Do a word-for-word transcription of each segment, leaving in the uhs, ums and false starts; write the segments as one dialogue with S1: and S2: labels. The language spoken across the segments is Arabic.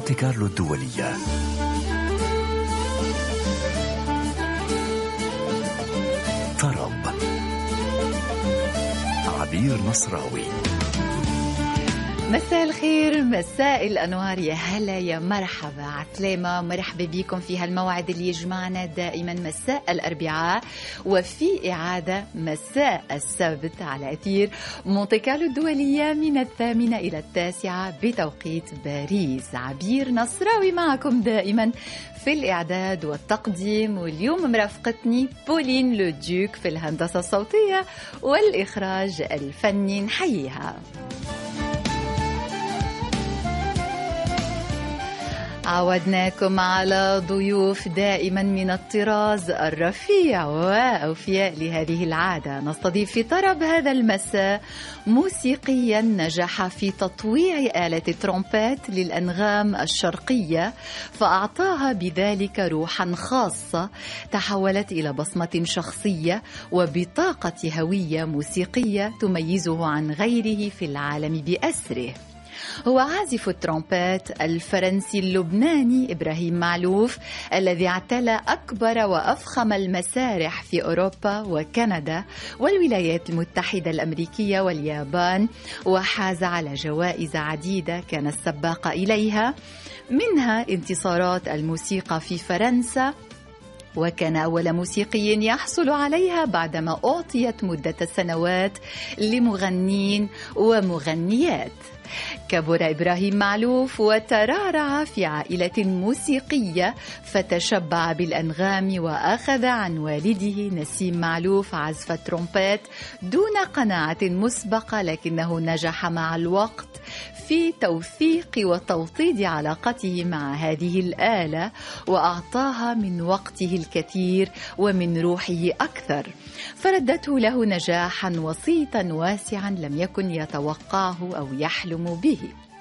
S1: مونتي كارلو الدولية. طرب عبير نصراوي.
S2: مساء الخير، مساء الأنوار، يا هلا يا مرحبا عسلامة، مرحبا بكم في هالموعد اللي يجمعنا دائما مساء الأربعاء وفي إعادة مساء السبت على أثير مونتي كارلو الدولية من الثامنة إلى التاسعة بتوقيت باريس. عبير نصراوي معكم دائما في الإعداد والتقديم، واليوم مرافقتني بولين لوديوك في الهندسة الصوتية والإخراج الفني. نحييها. عودناكم على ضيوف دائما من الطراز الرفيع وأوفياء لهذه العادة. نستضيف في طرب هذا المساء موسيقيا نجح في تطويع آلة الترومبيت للأنغام الشرقية، فأعطاها بذلك روحا خاصة تحولت إلى بصمة شخصية وبطاقة هوية موسيقية تميزه عن غيره في العالم بأسره. هو عازف الترومبيت الفرنسي اللبناني إبراهيم معلوف، الذي اعتلى أكبر وأفخم المسارح في أوروبا وكندا والولايات المتحدة الأمريكية واليابان، وحاز على جوائز عديدة كان السباق إليها، منها انتصارات الموسيقى في فرنسا، وكان أول موسيقي يحصل عليها بعدما أعطيت مدة سنوات لمغنين ومغنيات. كبر إبراهيم معلوف وترعرع في عائلة موسيقية، فتشبع بالأنغام وأخذ عن والده نسيم معلوف عزف الترومبيت دون قناعة مسبقة، لكنه نجح مع الوقت في توثيق وتوطيد علاقته مع هذه الآلة، وأعطاها من وقته الكثير ومن روحه أكثر، فردته له نجاحا وسيطا واسعا لم يكن يتوقعه أو يحلم به.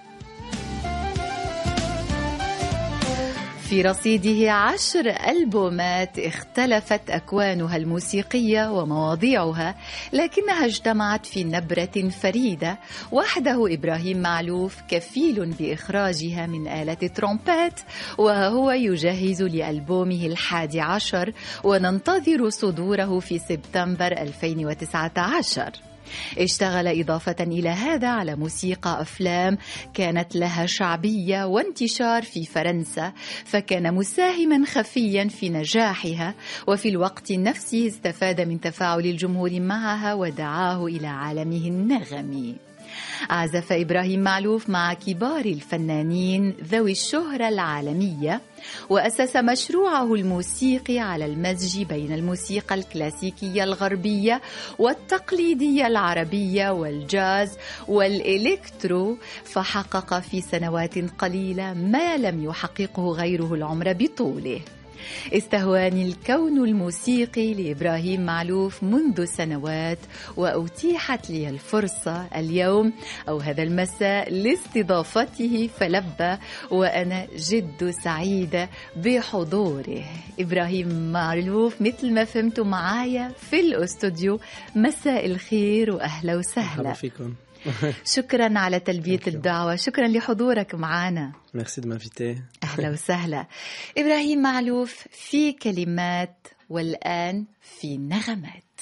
S2: في رصيده عشر ألبومات اختلفت أكوانها الموسيقية ومواضيعها، لكنها اجتمعت في نبرة فريدة. وحده إبراهيم معلوف كفيل بإخراجها من آلة الترومبيت، وهو يجهز لألبومه الحادي عشر، وننتظر صدوره في سبتمبر ألفين وتسعة عشر. اشتغل إضافة إلى هذا على موسيقى أفلام كانت لها شعبية وانتشار في فرنسا، فكان مساهما خفيا في نجاحها، وفي الوقت نفسه استفاد من تفاعل الجمهور معها ودعاه إلى عالمه النغمي. عزف إبراهيم معلوف مع كبار الفنانين ذوي الشهرة العالمية، وأسس مشروعه الموسيقي على المزج بين الموسيقى الكلاسيكية الغربية والتقليدية العربية والجاز والإلكترو، فحقق في سنوات قليلة ما لم يحققه غيره العمر بطوله. استهواني الكون الموسيقي لإبراهيم معلوف منذ سنوات، وأتيحت لي الفرصة اليوم أو هذا المساء لاستضافته، فلبى وأنا جد سعيدة بحضوره. إبراهيم معلوف مثل ما فهمتوا معايا في الأستوديو، مساء الخير وأهلا وسهلا
S3: فيكم.
S2: شكرا على تلبية الدعوة، شكرا لحضورك معنا.
S3: ميرسي دو مانفيتي.
S2: أهلا وسهلا. إبراهيم معلوف في كلمات والآن في نغمات.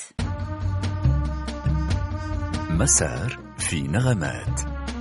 S1: مسار في نغمات.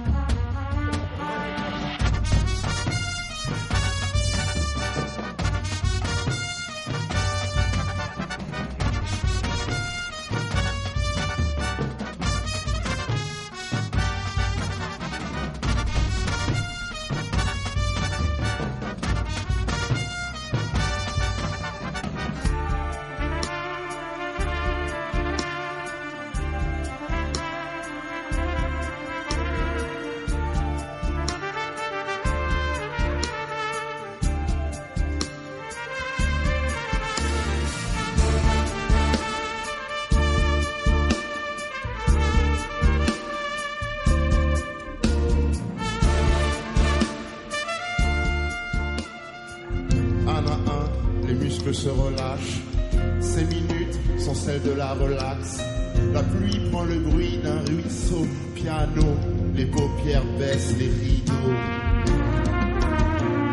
S4: Se relâche, ces minutes sont celles de la relax. La pluie prend le bruit d'un ruisseau, piano, les paupières baissent les rideaux.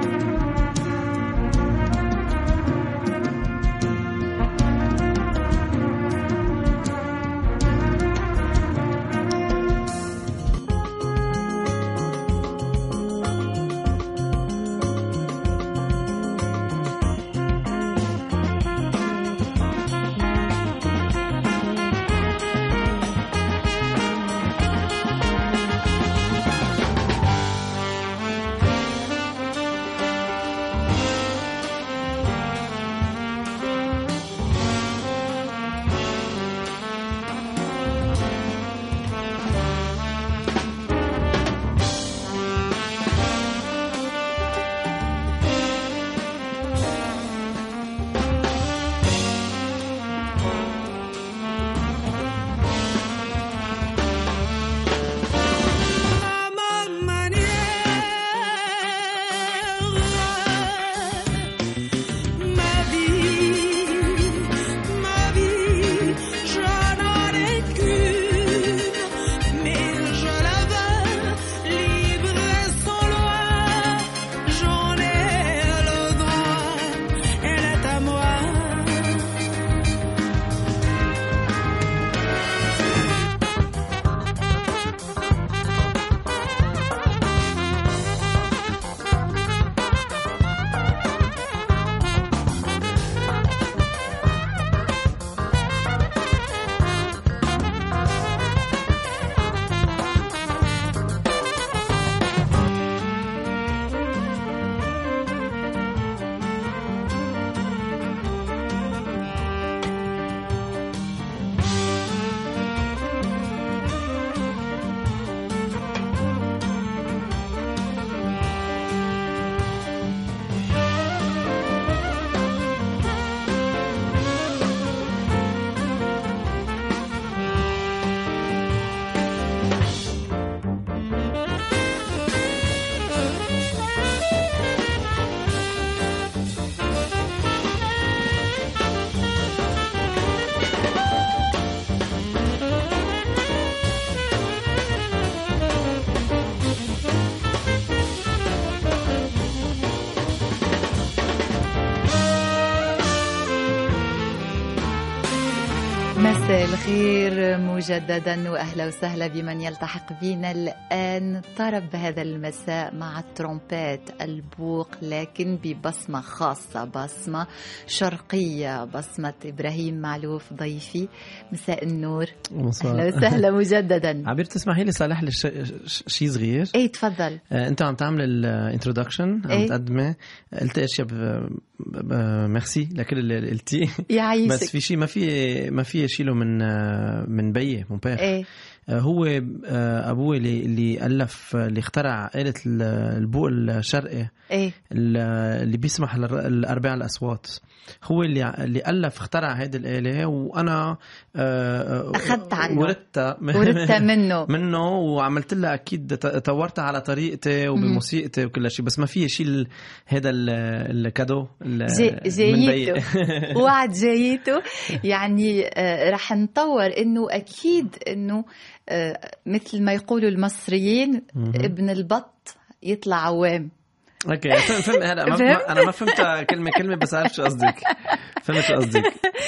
S2: مساء الخير مجددا وأهلا وسهلا بمن يلتحق بنا الآن. طرب هذا المساء مع الترومبات البوق، لكن ببصمة خاصة، بصمة شرقية، بصمة إبراهيم معلوف ضيفي. مساء النور، أهلا وسهلا مجددا.
S3: عبير تسمحي لي صالح لي شيء صغير؟
S2: ايه تفضل.
S3: آه، انت عم تعمل الانترودكشن، عم
S2: ايه؟
S3: تقدمي، قلت اشياء ميرسي لكل اللي قلتي.
S2: يعيشك.
S3: بس في شيء ما في ما في شيله من من بيه مون بير.
S2: ايه؟
S3: هو ابوي اللي اللي الف اللي اخترع آلة البوق الشرقي،
S2: ايه؟
S3: اللي بيسمح للاربع الاصوات. هو اللي اللي الف اخترع هذه الآلة، وانا
S2: اخذت عنه،
S3: وردتها
S2: وردتها منه
S3: منه وعملت لها اكيد، طورتها على طريقتي وبموسيقتي وكل شيء. بس ما في شيء هذا الكادو
S2: جايته وعد جايته. يعني رح نطور انه اكيد انه مثل ما يقولوا المصريين ابن البط يطلع عوام.
S3: اوكي فهم هلا ما انا ما فهمت كلمه كلمه، بس عرفت شو قصدك، فهمت شو قصدك.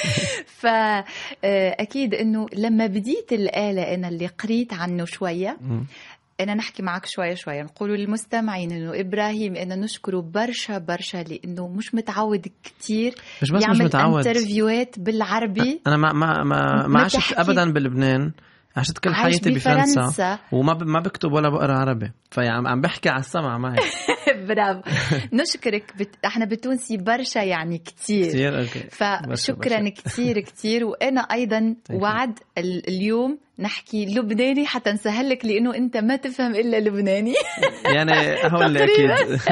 S2: فاكيد انه لما بديت الآلة انا اللي قريت عنه شويه، أنا نحكي معك شوية شوية، نقولوا للمستمعين إنه إبراهيم أنا نشكره برشا برشا لأنه مش متعود كتير
S3: مش بس
S2: يعمل
S3: مش متعود
S2: انترفيوهات بالعربي.
S3: أنا ما ما ما, ما عشت أبدا بلبنان، عشت كل حياتي بفرنسا وما ب... ما بكتب ولا بقرا عربي، فعم عم بحكي على السمع معي. برافو.
S2: نشكرك بت... احنا بتونسي برشا يعني كتير,
S3: كتير. أوكي.
S2: فشكرا برشا. كتير كتير. وانا ايضا وعد اليوم نحكي لبناني حتى نسهلك، لانه انت ما تفهم الا لبناني.
S3: يعني هقول اكيد.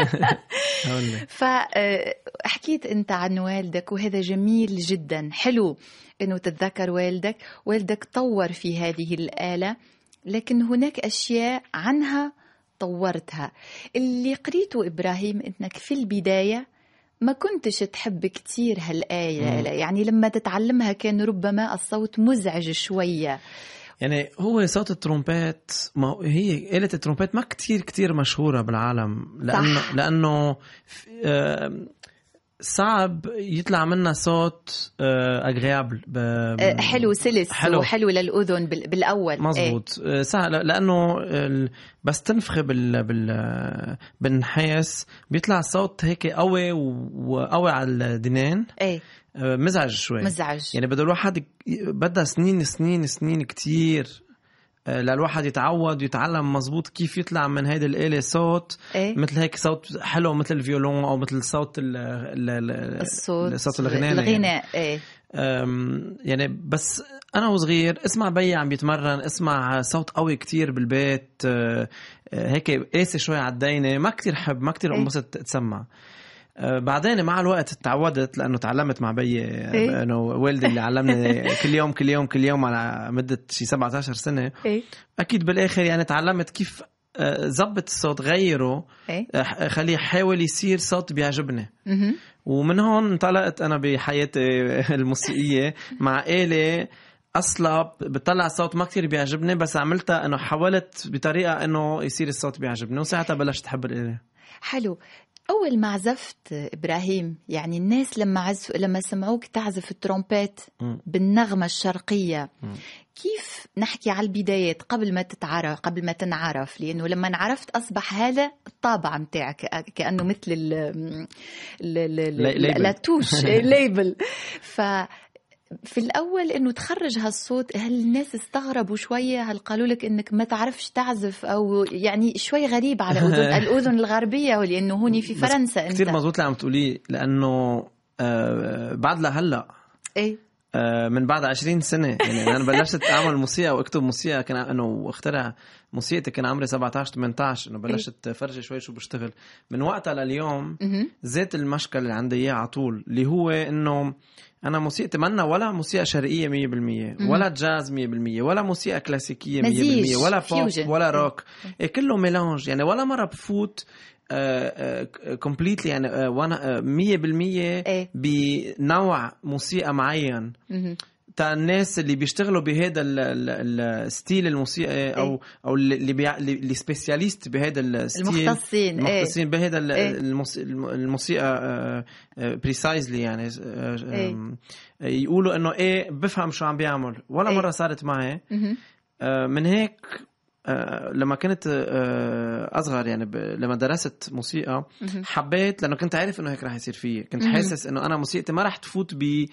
S2: فحكيت انت عن والدك وهذا جميل جدا، حلو انه تتذكر والدك. والدك طور في هذه الآلة، لكن هناك اشياء عنها طورتها. اللي قريته إبراهيم إنك في البداية ما كنتش تحب كتير هالآية، يعني لما تتعلمها كان ربما الصوت مزعج شوية.
S3: يعني هو صوت الترومبات، ما هي آلة الترومبات ما كتير كتير مشهورة بالعالم، لأنه صح. لأنه صعب يطلع منها صوت اغريابل،
S2: حلو سلس حلو وحلو للاذن بالاول.
S3: مزبوط. ايه؟ سهل، لانه بس تنفخ بال بال بالنحاس بيطلع صوت هيك قوي وقوي على الدنان.
S2: ايه؟
S3: مزعج شوي،
S2: مزعج.
S3: يعني بده الواحد بدها سنين سنين سنين كتير للواحد يتعود ويتعلم مزبوط كيف يطلع من هيدا الآلة صوت.
S2: إيه؟
S3: مثل هيك صوت حلو مثل الفيولون أو مثل صوت ال ال
S2: الصوت
S3: صوت الغناء.
S2: الغناء يعني. إيه؟
S3: يعني بس أنا وصغير اسمع بي عم بيتمرن، اسمع صوت قوي كتير بالبيت، هيك قاسي شوي على الدينة، ما كتير حب، ما كتير انبسط تسمع. أه بعدين مع الوقت تعودت، لأنه تعلمت مع بي إيه؟ أنه والدي اللي علمني كل يوم كل يوم كل يوم على مدة شي سبعة عشر سنة.
S2: إيه؟
S3: أكيد بالآخر يعني تعلمت كيف زبط الصوت، غيره.
S2: إيه؟
S3: خليه يحاول يصير صوت بيعجبني.
S2: م-م.
S3: ومن هون انطلقت أنا بحياتي الموسيقية مع آلة أصلا بتطلع الصوت ما كتير بيعجبني، بس عملتها أنه حاولت بطريقة أنه يصير الصوت بيعجبني، وساعتها بلشت أحب الآلة.
S2: حلو. أول ما عزفت إبراهيم، يعني الناس لما عزف لما سمعوك تعزف الترومبات بالنغمة الشرقية، م. كيف نحكي على البدايات قبل ما تتعرف قبل ما تنعرف؟ لأنه لما انعرفت أصبح هذا الطابع متاعك، كأنه مثل ال اللاتوش ليبل. ف في الأول إنه تخرج هالصوت، هل الناس استغربوا شوية؟ هل قالوا لك إنك ما تعرفش تعزف، أو يعني شوي غريب على أذن الأذن الغربية، ولأنه هوني في فرنسا أنت
S3: كتير مزبوط اللي عم تقولي، لأنه آه بعد لهلا
S2: إيه
S3: آه من بعد عشرين سنة يعني أنا بلشت أعمل موسيقى وأكتب موسيقى، كان أنه اخترع موسيقتي كان عمري سبعة عشر ثمانية عشر، إنه بلشت فرجي شوي شو بشتغل. من وقتها لليوم زيت المشكل اللي عندي إياه عطول، اللي هو إنه أنا موسيقتي منا ولا موسيقى شرقية مية بالمية، ولا جاز مية بالمية، ولا موسيقى كلاسيكية مية بالمية، ولا بوب ولا روك. إيه كله ميلانج، يعني ولا مرة بفوت كومبليتلي يعني وانا مية بالمية بنوع موسيقى معين. تاع الناس اللي بيشتغلوا بهذا الستيل الموسيقى او او اللي بيع... اللي سبيسياليست بهذا الستيل
S2: المختصين
S3: المختصين بهذا
S2: ايه.
S3: الموسيقى بريسايزلي يعني ايه. يقولوا انه ايه بفهم شو عم بيعمل ولا ايه. مره صارت معي من هيك لما كنت أصغر يعني لما درست موسيقى حبيت لأنه كنت عارف إنه هيك راح يصير فيه كنت حاسس إنه أنا موسيقتي ما راح تفوت ب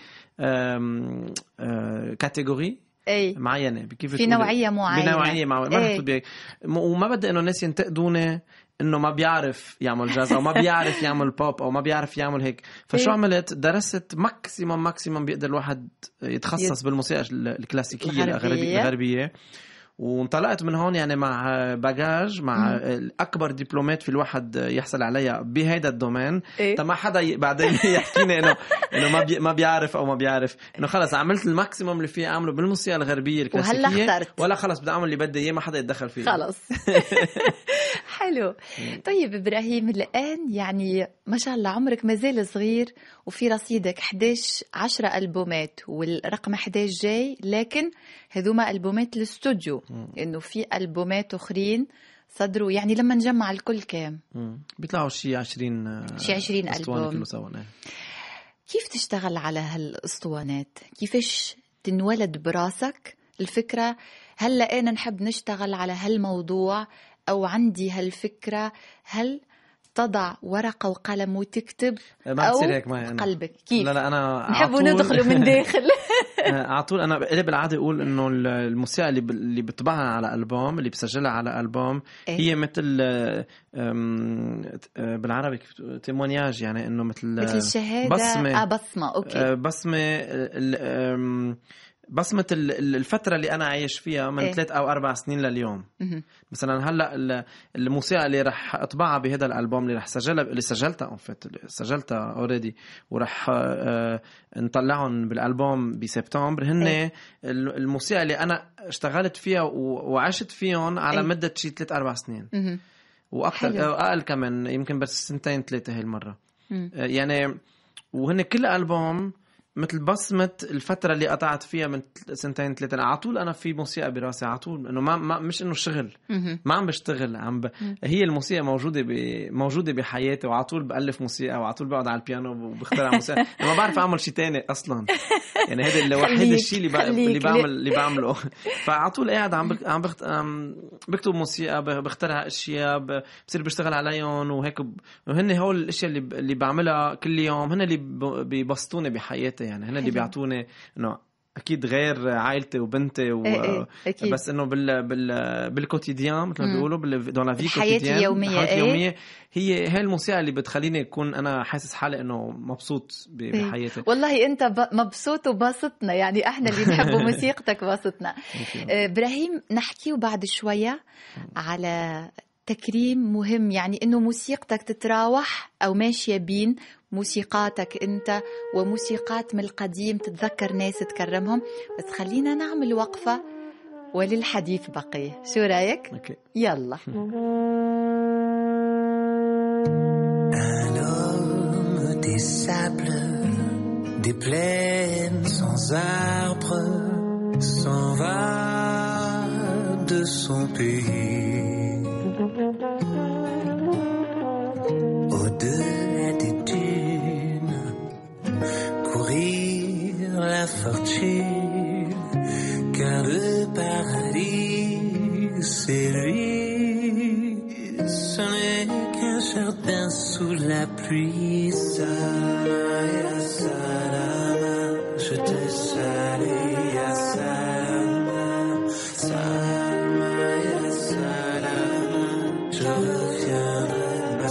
S3: كاتيجوري
S2: أي.
S3: معينة
S2: في نوعية معينة
S3: بنوعية معينة ما راح تفوت بي وما بدي إنه الناس ينتقدوني إنه ما بيعرف يعمل جاز أو ما بيعرف يعمل بوب أو ما بيعرف يعمل هيك فشو عملت درست ماكسيمم ماكسيمم بيقدر الواحد يتخصص بالموسيقى الكلاسيكية الغربية, الغربية. وانطلقت من هون يعني مع باجاج مع مم. أكبر دبلومات في الواحد يحصل عليها بهذا الدومين إيه؟ ما حدا بعدين يحكيني إنه إنه ما بي ما بيعرف أو ما بيعرف إنه خلص عملت الماكسيموم اللي فيه أعمله بالموسيقى الغربية الكلاسيكية ولا خلص بدي أعمل اللي بدي إياه ما حدا يتدخل فيه
S2: خلص حلو. طيب إبراهيم الآن يعني ما شاء الله عمرك مازال صغير وفي رصيدك إحدى عشر عشرة ألبومات والرقم إحدى عشر جاي لكن هذوما ألبومات الاستوديو إنه في ألبومات أخرين صدروا يعني لما نجمع الكل كام
S3: بيطلعوا شيء عشرين
S2: شيء عشرين ألبوم. كيف تشتغل على هالأسطوانات؟ كيفش تنولد براسك الفكرة هل أنا نحب نشتغل على هالموضوع أو عندي هالفكرة هل تضع ورقة وقلم وتكتب أو قلبك كيف؟
S3: لا لا أنا
S2: نحب ندخله من داخل
S3: على طول أنا اللي بالعادة أقول إنه الموسيقى اللي اللي بتطبعها على ألبوم اللي بسجلها على ألبوم إيه؟ هي مثل بالعربي تيمونياج يعني إنه مثل
S2: مثل شهادة
S3: بصمة
S2: آه بصمة أوكي
S3: بصمة بصمة الفترة اللي أنا عايش فيها من إيه؟ ثلاث أو أربع سنين لليوم. م-م. مثلا هلأ الموسيقى اللي رح أطبعها بهذا الألبوم اللي رح سجلها اللي سجلتها أنفت سجلتها already ورح آه نطلعهم بالألبوم بسبتمبر هن إيه؟ الموسيقى اللي أنا اشتغلت فيها وعشت فيهم على إيه؟ مدة شيء ثلاث أربع سنين م-م. وأكثر أقل كمان يمكن بس سنتين ثلاثة هاي المرة م-م. يعني وهن كل ألبوم مثل بصمة الفترة اللي قطعت فيها من سنتين ثلاثة على طول أنا في موسيقى براسي على طول إنه ما, ما مش إنه شغل ما عم بشتغل عم ب... هي الموسيقى موجودة ب... موجودة بحياتي وعلى طول بألف موسيقى وعلى طول بقعد على البيانو وبخترع موسيقى ما بعرف أعمل شيء تاني أصلا يعني هذا اللي وحيد الشيء اللي, ب... اللي بعمل اللي بعمله فعلى طول قاعد عم بك... عم, بخت... عم بكتب موسيقى بخترع أشياء ب... بصير بشتغل عليهم وهيك ب... وهن هول الأشياء اللي, ب... اللي بعملها كل يوم هن اللي ب... بيبسطوني بحياتي يعني هن اللي بيعطوني انه اكيد غير عائلتي وبنتي و...
S2: إيه إيه
S3: بس انه بال بال بالكوتيديان مثل ما بيقولوا بال دون لا في
S2: كوتيديان اليوميه
S3: اليوميه هي هي الموسيقى اللي بتخليني اكون انا حاسس حالي انه مبسوط بحياتي.
S2: والله انت ب... مبسوط وباسطنا يعني احنا اللي نحب موسيقتك باسطنا. ابراهيم نحكيه بعد شويه على تكريم مهم يعني إنه موسيقتك تتراوح أو ماشية بين موسيقاتك أنت وموسيقات من القديم تتذكر ناس تكرمهم بس خلينا نعمل وقفة وللحديث بقي شو رأيك؟
S3: okay.
S2: يلا
S5: Un homme des sables des plaines sans arbres s'en va de son pays au-delà des dunes, courir la fortune, car le paradis, c'est lui. Ce n'est qu'un jardin sous la pluie. Salama, salama, je te salue, ya salama, salama, ya salama, je reviendrai.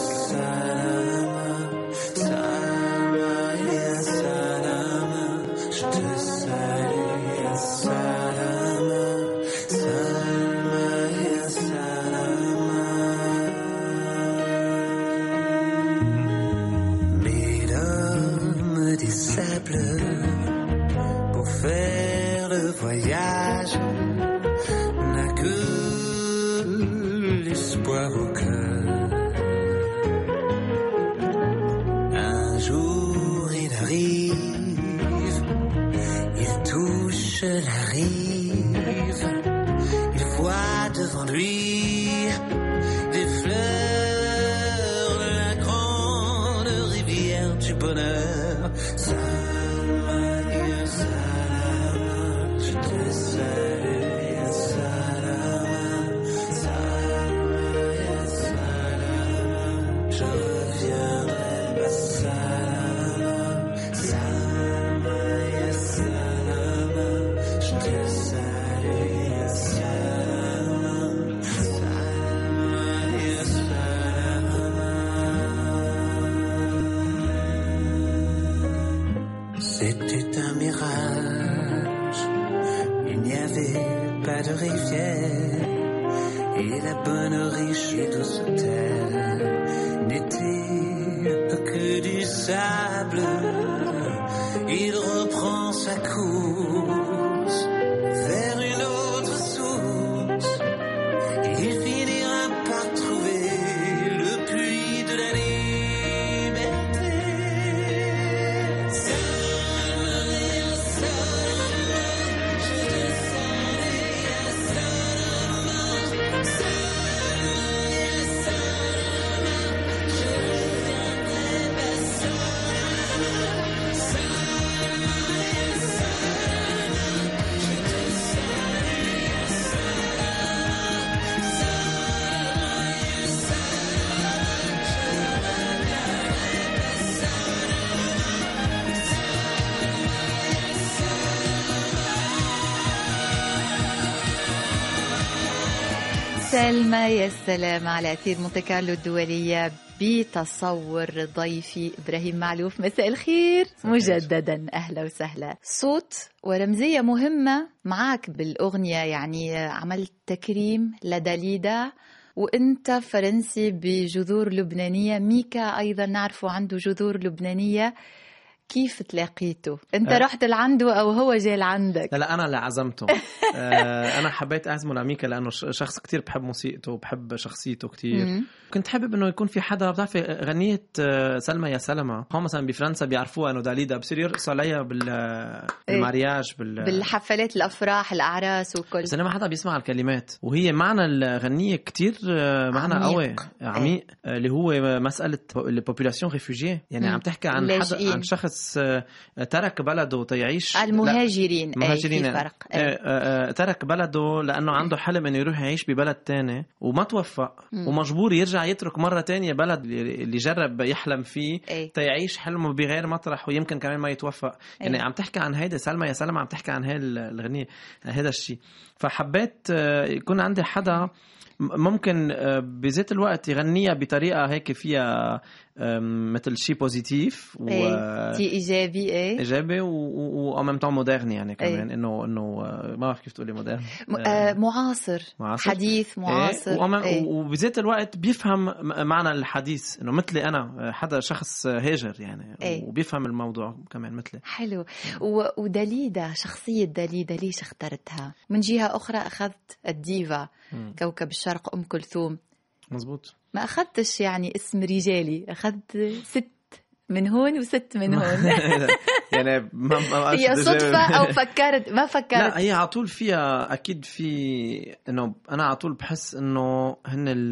S5: Pour faire le voyage n'a que l'espoir au cœur. Un jour il arrive, il touche de la rive, il voit devant lui des fleurs de la grande rivière du bonheur. Salma ya salama, je te salue ya salama. Salma ya salama, je reviendrai ma salama. Salma ya salama, je te salue ya salama. Salma ya salama. C'était un mirage, il n'y avait pas de rivière, et la bonne, riche et douce terre n'était que du sable. Il reprend sa course vers une autre source, et il finira par trouver le puits de la liberté. Salma ya salama, je te salue ya salama. Salma ya salama, je reviendrai ma salama. Salma ya salama, je te salue ya salama. Salma ya salama, je reviendrai ma
S2: سلمى يا سلام على أثير مونتي كارلو الدولية بتصور ضيفي إبراهيم معلوف. مساء الخير مجددا، أهلا وسهلا. صوت ورمزية مهمة معك بالأغنية، يعني عملت تكريم لداليدا وأنت فرنسي بجذور لبنانية. ميكا أيضا نعرفه عنده جذور لبنانية. كيف تلاقيته؟ أنت
S3: أه.
S2: رحت لعنده أو هو جاي لعندك؟
S3: لا لا أنا اللي عزمته. آه أنا حبيت أعزمه لأميكا لأنه شخص كتير بحب موسيقته وبحب شخصيته كتير.
S2: مم.
S3: كنت حابب إنه يكون في حدا بتعرفي غنية سلمى يا سلمى. هم مثلا بفرنسا بيعرفوها إنه داليدا، بصير يرقصوا عليها بال بالمارياج بال
S2: بالحفلات الأفراح الأعراس وكل.
S3: بس أنا ما حدا بيسمع الكلمات، وهي معنى الغنية كتير معنى
S2: عميق.
S3: قوي عميق ايه. اللي هو مسألة البوبولاسيون ريفوجيه، يعني مم. عم تحكي عن حدا، عن شخص ترك بلده تيعيش.
S2: المهاجرين.
S3: المهاجرين
S2: ايه في فرق.
S3: ايه. ترك بلده لأنه عنده حلم إنه يروح يعيش ببلد تاني وما توفق، مم. ومجبور يرجع يترك مرة تانية بلد اللي جرب يحلم فيه ايه. تيعيش حلمه بغير مطرح ويمكن كمان ما يتوفق. ايه. يعني عم تحكي عن هيدا سلمى يا سلمى، عم تحكي عن هاي الغنية، هذا الشيء. فحبيت يكون عندي حدا ممكن بذات الوقت يغنيها بطريقة هيك فيها مثل شيء بوزيتيف و
S2: تي إيجابي ايه
S3: إيجابي و ومن طعم مودرن، يعني كمان إنه إنه ما بعرف كيف تقولي مودرن،
S2: آه معاصر. معاصر حديث معاصر.
S3: ايه. ايه. وبذات الوقت بيفهم معنى الحديث، إنه مثلي أنا حدا شخص هاجر يعني ايه. وبيفهم الموضوع كمان مثلي.
S2: حلو. وداليدا، شخصية داليدا ليش اخترتها؟ من جهة أخرى أخذت الديفا م. كوكب الشرق أم كلثوم.
S3: مزبوط.
S2: ما أخذتش يعني اسم رجالي، أخذت ست من هون وست من هون.
S3: يعني ما ما
S2: هي صدفة أو فكرت ما فكرت؟
S3: لا هي على طول فيها أكيد في إنه أنا على طول بحس إنه هن ال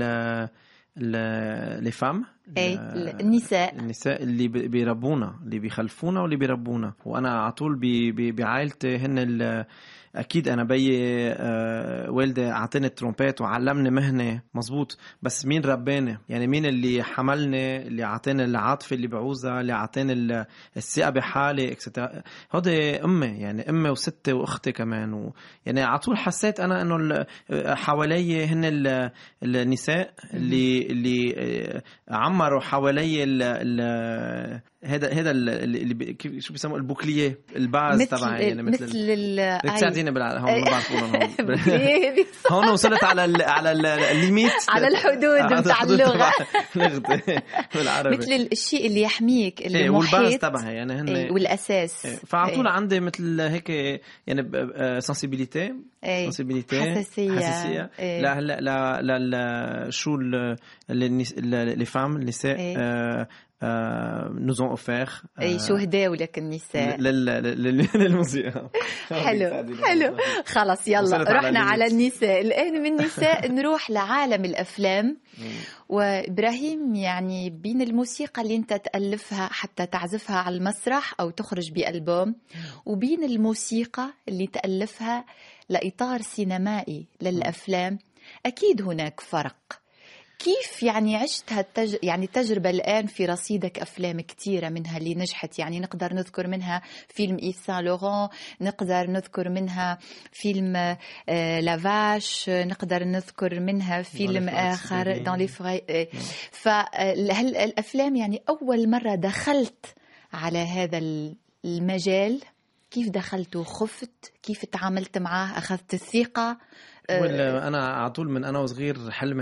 S3: ال لفام
S2: اي النساء
S3: النساء اللي بيربونا، اللي بيخلفونا واللي بيربونا. وانا على طول بعائلتي هن اكيد انا بي آه والدي اعطاني الترومبيت وعلمني مهنه مزبوط، بس مين رباني؟ يعني مين اللي حملني، اللي اعطاني العاطفه اللي بعوزها، اللي اعطاني الثقه بحالي اكسترا. هودي امي، يعني امي وستي واختي كمان و... يعني على طول حسيت انا انه حوالي هن النساء اللي اللي عمروا حوالي ال ال هذا هذا اللي كيف شو بيسموه البوكليه الباز تبعي، يعني مثل
S2: مثل ال
S3: بتساعديني بال هون ما بعرف هون هون وصلت على ال على الليميت،
S2: على الحدود بتاع اللغه
S3: بالعربي،
S2: مثل الشيء اللي يحميك
S3: اللي والباز تبعها يعني هن
S2: والاساس.
S3: فعلى طول عندي مثل هيك يعني سنسيبيليتي سنسيبيليتي
S2: حساسيه,
S3: حساسية. لا هلا لا لا شو اللي فام النساء nous ont offert.
S2: أي شو هداوا لك النساء
S3: للموسيقى.
S2: حلو حلو خلاص يلا رحنا على النساء الآن. من النساء نروح لعالم الأفلام. وإبراهيم يعني بين الموسيقى اللي أنت تألفها حتى تعزفها على المسرح أو تخرج بألبوم وبين الموسيقى اللي تألفها لإطار سينمائي للأفلام أكيد هناك فرق. كيف يعني عشت هالتج... يعني التجربة الآن في رصيدك أفلام كتيرة منها اللي نجحت، يعني نقدر نذكر منها فيلم إيف سان لوران، نقدر نذكر منها فيلم آه لافاش، نقدر نذكر منها فيلم آخر دون لي فراي. فالأفلام يعني أول مرة دخلت على هذا المجال كيف دخلت وخفت، كيف تعاملت معاه، أخذت الثقة؟
S3: أنا على طول من أنا وصغير حلمي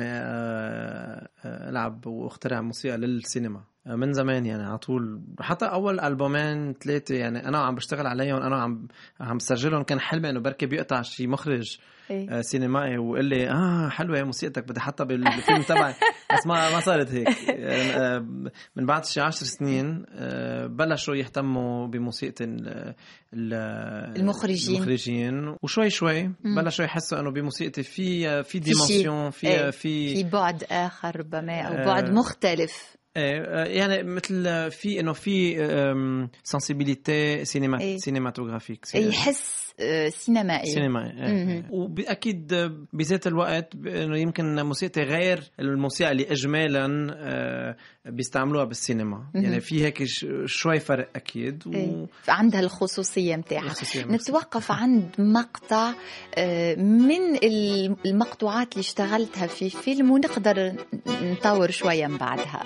S3: ألعب وأخترع موسيقى للسينما من زمان، يعني على طول. حتى أول ألبومين ثلاثة يعني أنا عم بشتغل عليهم، أنا عم عم سجلهم، كان حلمي إنه بركي بيقطع شي مخرج إيه؟ سينمائي وقال لي آه حلوة موسيقتك بدي حتى بالفيلم تبعي. بس ما ما صارت هيك. يعني من بعد شي عشر سنين بلشوا يهتموا بموسيقى
S2: المخرجين
S3: المخرجين وشوي شوي بلشوا يحسوا إنه بموسيقتي في في ديمونسيون في
S2: ايه؟
S3: في
S2: في بعد آخر ربما أو بعد مختلف.
S3: يعني مثل في إنه في سنسيبيليتي سينما
S2: ايه؟
S3: سينماتوغرافيك،
S2: يحس سينمائي
S3: سينمائي. وأكيد بذات الوقت إنه يمكن موسيقى غير الموسيقى اللي إجمالا بيستعملوها بالسينما. مم. يعني في هيك شوي فرق أكيد. و...
S2: إيه؟ عندها الخصوصية متاعها. نتوقف عند مقطع من المقطوعات اللي اشتغلتها في فيلم ونقدر نطور شوية من بعدها.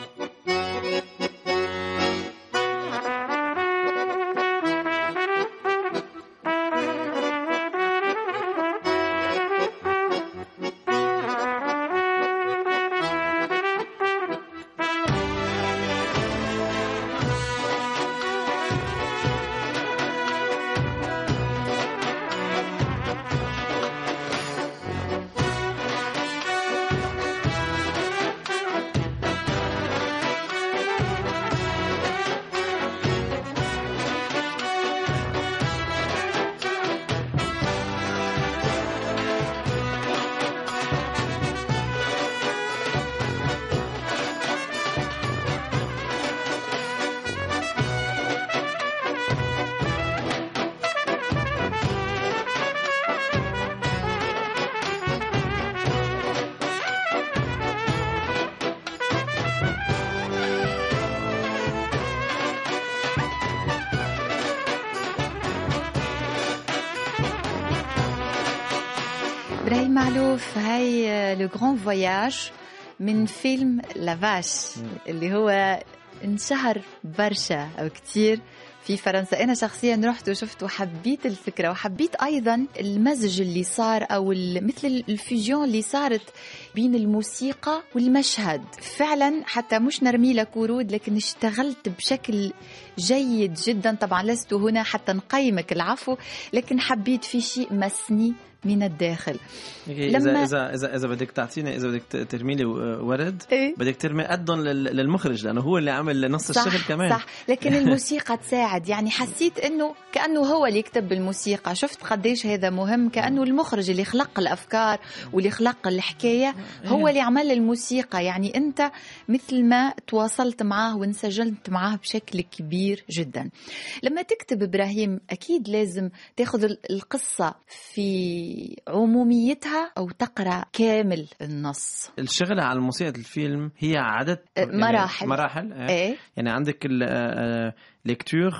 S2: إبراهيم معلوف، هاي لو غران فواياج من فيلم لافاش اللي هو انشهر برشا أو كتير في فرنسا. أنا شخصيا رحت وشفت وحبيت الفكرة، وحبيت أيضا المزج اللي صار أو مثل الفيوجن اللي صارت بين الموسيقى والمشهد. فعلا حتى مش نرمي لك ورود، لكن اشتغلت بشكل جيد جدا. طبعا لست هنا حتى نقيمك، العفو، لكن حبيت في شيء مسني من الداخل.
S3: لما إذا إذا إذا بدك تعطيني، إذا بدك ترمي لي ورد، إيه؟ بدك ترمي قدهم للمخرج لأنه هو اللي عمل نص
S2: صح
S3: الشغل كمان.
S2: صح، لكن الموسيقى تساعد. يعني حسيت إنه كأنه هو اللي يكتب الموسيقى. شفت قديش هذا مهم، كأنه المخرج اللي خلق الأفكار واللي خلق الحكاية هو اللي عمل الموسيقى. يعني أنت مثل ما تواصلت معاه وانسجلت معاه بشكل كبير جدا. لما تكتب إبراهيم أكيد لازم تأخذ القصة في عموميتها أو تقرأ كامل النص.
S3: الشغل على موسيقى الفيلم هي عدد
S2: مراحل
S3: مراحل
S2: ايه؟
S3: يعني عندك ليكتور،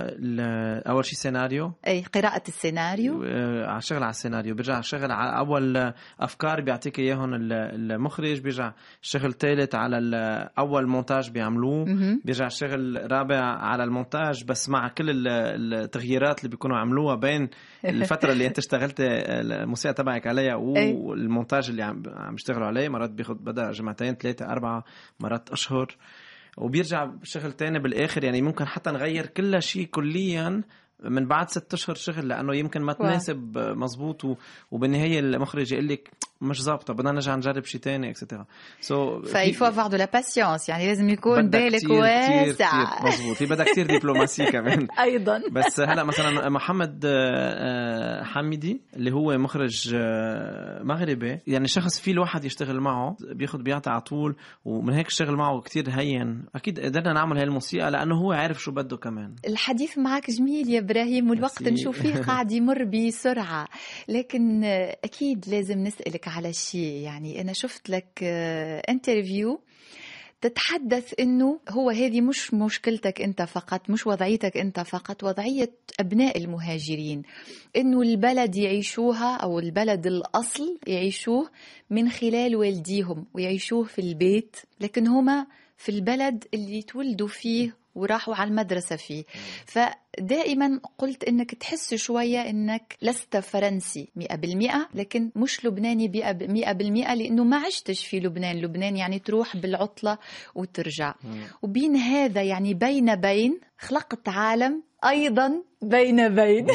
S3: أول شيء سيناريو،
S2: أي قراءة السيناريو،
S3: على شغل على السيناريو، بيرجع شغل على أول أفكار بيعطيك إياهم المخرج، بيرجع شغل ثالث على أول مونتاج بيعملوه، بيرجع شغل رابع على المونتاج بس مع كل التغييرات اللي بيكونوا عملوها بين الفترة اللي أنت اشتغلت الموسيقى تبعك عليها والمونتاج اللي عم عم يشتغلوا عليه. مرات بياخد بدأ جمعتين ثلاثة أربعة، مرات أشهر، وبيرجع شغل تاني بالآخر. يعني ممكن حتى نغير كل شيء كليا من بعد ست أشهر شغل، لأنه يمكن ما تناسب مزبوط، وبالنهاية المخرج يقول لك مش ظابطة بدنا نرجع نجرب شيء تاني اكسترا. سو
S2: فاي فو افوار دو لا باسيونس، يعني لازم يكون
S3: بدك
S2: بالك
S3: كتير
S2: واسع.
S3: كتير مزبوط، في بدها كتير دبلوماسية كمان.
S2: ايضا
S3: بس هلا مثلا محمد آه، حميدي اللي هو مخرج آه، مغربي، يعني شخص فيه الواحد يشتغل معه بياخد بيعطي على طول، ومن هيك الشغل معه كتير هين. اكيد قدرنا نعمل هاي الموسيقى لانه هو عارف شو بده كمان.
S2: الحديث معك جميل يا إبراهيم، والوقت
S3: ميرسي.
S2: نشوف فيه قاعد يمر بسرعة، لكن أكيد لازم نسألك على شيء. يعني أنا شفت لك انترفيو تتحدث إنه هو هذه مش مشكلتك أنت فقط، مش وضعيتك أنت فقط، وضعية أبناء المهاجرين، إنه البلد يعيشوها أو البلد الأصل يعيشوه من خلال والديهم ويعيشوه في البيت، لكن هما في البلد اللي تولدوا فيه وراحوا على المدرسة فيه. فدائما قلت إنك تحس شوية إنك لست فرنسي مئة بالمئة، لكن مش لبناني مئة بالمئة، لأنه ما عشتش في لبنان. لبنان يعني تروح بالعطلة وترجع، وبين هذا يعني بين بين خلقت عالم أيضا بين بين.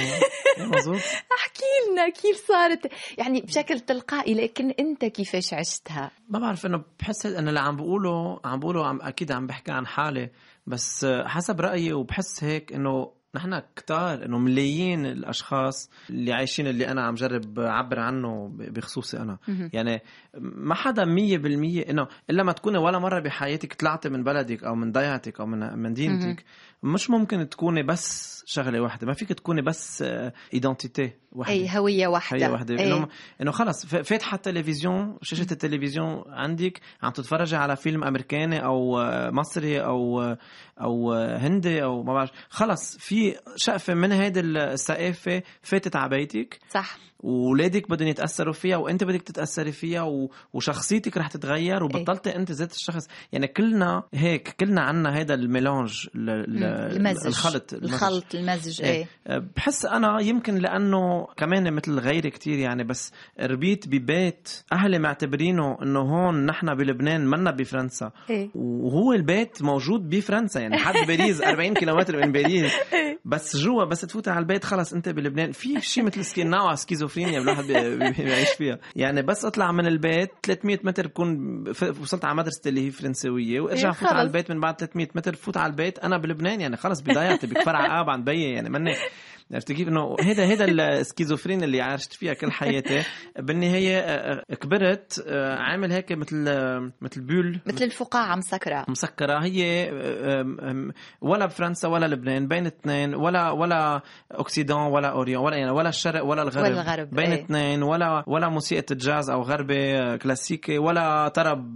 S2: احكي لنا كيف صارت يعني بشكل تلقائي، لكن انت كيفاش عشتها؟
S3: ما بعرف، انه بحس انا اللي عم بقوله عم بقوله عم اكيد عم بحكي عن حالي، بس حسب رأيي وبحس هيك انه نحن كتار، انه ملايين الاشخاص اللي عايشين اللي انا عم جرب اعبر عنه بخصوصي انا. يعني ما حدا مية بالمية انه الا ما تكوني ولا مرة بحياتك طلعتي من بلدك او من ضيعتك او من مدينتك. مش ممكن تكوني بس شغلة واحدة، ما فيك تكوني بس ايدنتيتي واحدة،
S2: اي هوية واحدة.
S3: هوية واحدة. انه انه خلص فاتحة التلفزيون، شاشة التلفزيون عندك عم تتفرجي على فيلم امريكاني او مصري او او هندي او ما بعرف، خلص في شقفة من هيدا السقافة فاتت على بيتك.
S2: صح.
S3: وولادك بدهم يتأثروا فيها وانت بدك تتأثري فيها، وشخصيتك رح تتغير وبطلت إيه؟ انت ذات الشخص. يعني كلنا هيك، كلنا عنا هيدا الميلانج،
S2: المزج،
S3: الخلط
S2: الخلط المزج. ايه
S3: بحس انا يمكن لانه كمان مثل غيري كتير، يعني بس ربيت ببيت اهلي معتبرينه انه هون نحن بلبنان منا بفرنسا.
S2: إيه؟
S3: وهو البيت موجود بفرنسا، يعني حد باريس أربعين كيلومتر من باريس. بس جوا بس تفوت على البيت خلص انت بلبنان. في شيء مثل سكيناوة سكيزوفرينيا الواحد بيعيش فيها. يعني بس اطلع من البيت ثلاثمية متر بكون وصلت على مدرسة اللي هي فرنسوية، وارجع
S2: إيه
S3: فوت على البيت من بعد ثلاثمية متر فوت على البيت انا بلبنان. يعني خلص بضيعتي بكفر اب عن بي، يعني مني عرفت كيف انه هذا هذا السكيزوفرين اللي عاشت فيها كل حياتي. بالنهايه كبرت عامل هيك مثل مثل بول،
S2: مثل الفقاعه مسكره
S3: مسكره. هي ولا بفرنسا ولا لبنان، بين اثنين، ولا ولا اوكسيدان ولا اوريون، ولا يعني ولا الشرق ولا الغرب,
S2: ولا الغرب.
S3: بين ايه؟ اثنين. ولا ولا موسيقى الجاز او غربي كلاسيكي، ولا طرب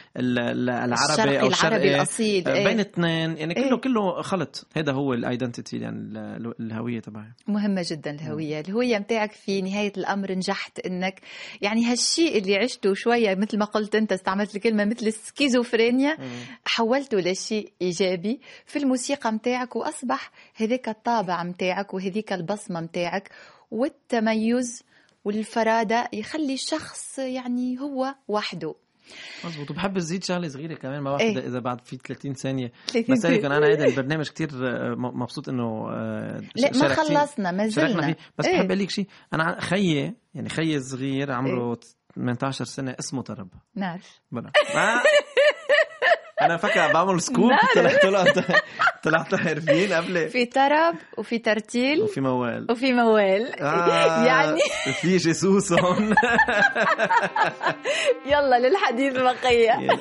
S3: العربي او الشرقي
S2: الاصيل.
S3: بين اثنين. يعني كله ايه؟ كله خلط. هذا هو الايدنتيتي، يعني الهويه تبعي.
S2: مهمة جدا الهوية. الهوية متاعك في نهاية الأمر نجحت إنك يعني هالشيء اللي عشته شوية مثل ما قلت أنت، استعملت الكلمة مثل السكيزوفرينيا، حولته لشيء إيجابي في الموسيقى متاعك، وأصبح هذيك الطابع متاعك وهذيك البصمة متاعك والتميز والفرادة يخلي الشخص يعني هو وحده.
S3: مظبوط. وبحب ازيد شغله صغيره كمان، ما بعرف
S2: ايه؟
S3: اذا بعد في ثلاثين ثانيه بس هيك انا هذا البرنامج كتير مبسوط انه
S2: لا ما خلصنا ما زلنا.
S3: بس ايه؟ بحب اقول لك شيء، انا خيي يعني خيي الصغير عمره ايه؟ ثمانية عشر سنه، اسمه طرب.
S2: نعرف
S3: بلا انا فاكره بعمل سكوب، طلعت طلعت طلعت عارفين قبل.
S2: في طرب وفي ترتيل
S3: وفي موال
S2: وفي موال
S3: آه
S2: يعني
S3: في جيسوس هون.
S2: يلا للحديث بقية.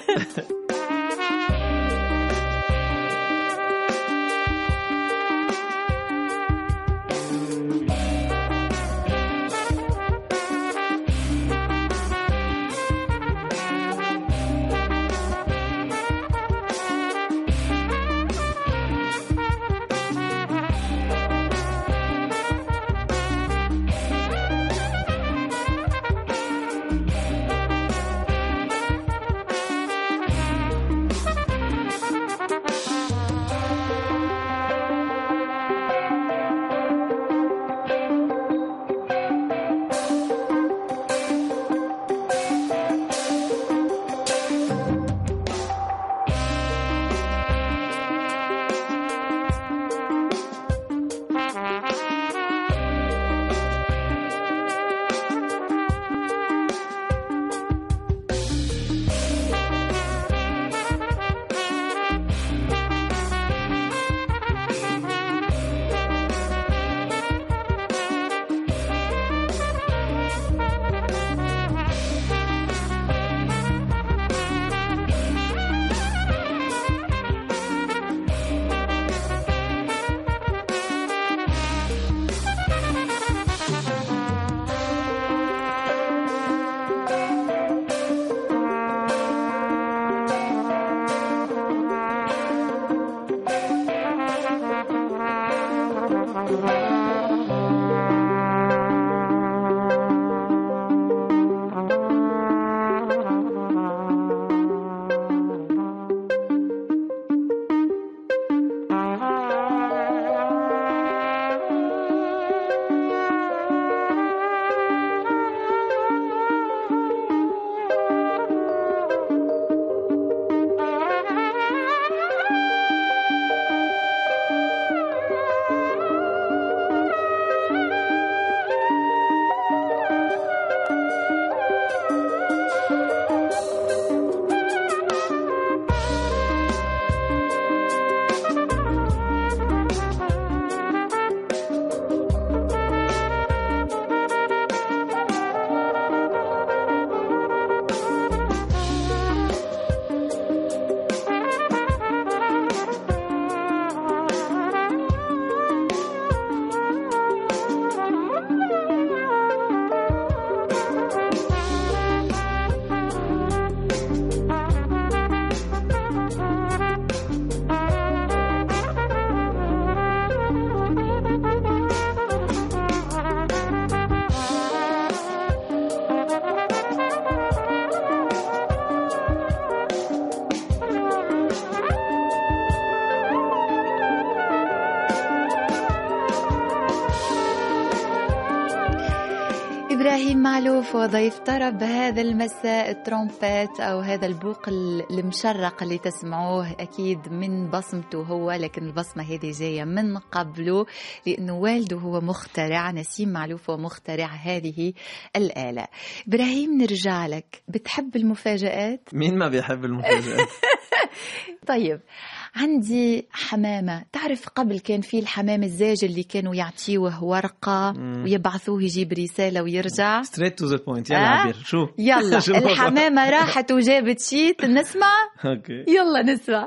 S2: إبراهيم معلوف وضيف طرب هذا المساء، الترومبيت أو هذا البوق المشرق اللي تسمعوه أكيد من بصمته هو، لكن البصمة هذه جاية من قبله لأنه والده هو مخترع، نسيم معلوف هو مخترع هذه الآلة. إبراهيم نرجع لك، بتحب المفاجآت؟
S3: مين ما بيحب المفاجآت؟
S2: طيب عندي حمامة، تعرف قبل كان في الحمام الزاج اللي كانوا يعطيوه ورقة مم. ويبعثوه يجيب رسالة ويرجع
S3: straight to the point. يلا
S2: آه؟
S3: عبير شو
S2: يلا الحمامة راحت وجابت شيت، نسمع.
S3: أوكي.
S2: يلا نسمع.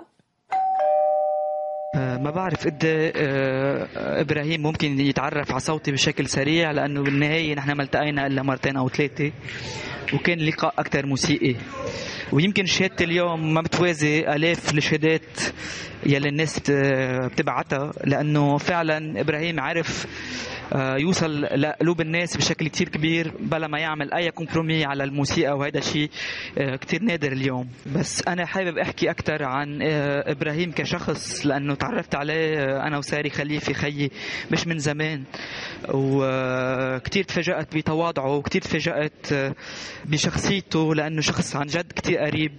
S6: ما بعرف قد إبراهيم ممكن يتعرف على صوتي بشكل سريع، لأنه بالنهاية نحن ما التقينا إلا مرتين أو ثلاثة، وكان لقاء أكتر موسيقي، ويمكن شهادة اليوم ما بتوازي آلاف الشهادات يلي الناس بتبعتها، لأنه فعلا إبراهيم عرف يوصل لقلوب الناس بشكل كتير كبير بلا ما يعمل أي كومبرومي على الموسيقى، وهذا شيء كتير نادر اليوم. بس أنا حابب أحكي أكتر عن إبراهيم كشخص، لأنه تعرفت عليه أنا وساري خليفي خيي مش من زمان، وكتير تفاجأت بتواضعه وكتير تفاجأت بشخصيته، لأنه شخص عن جد كتير قريب،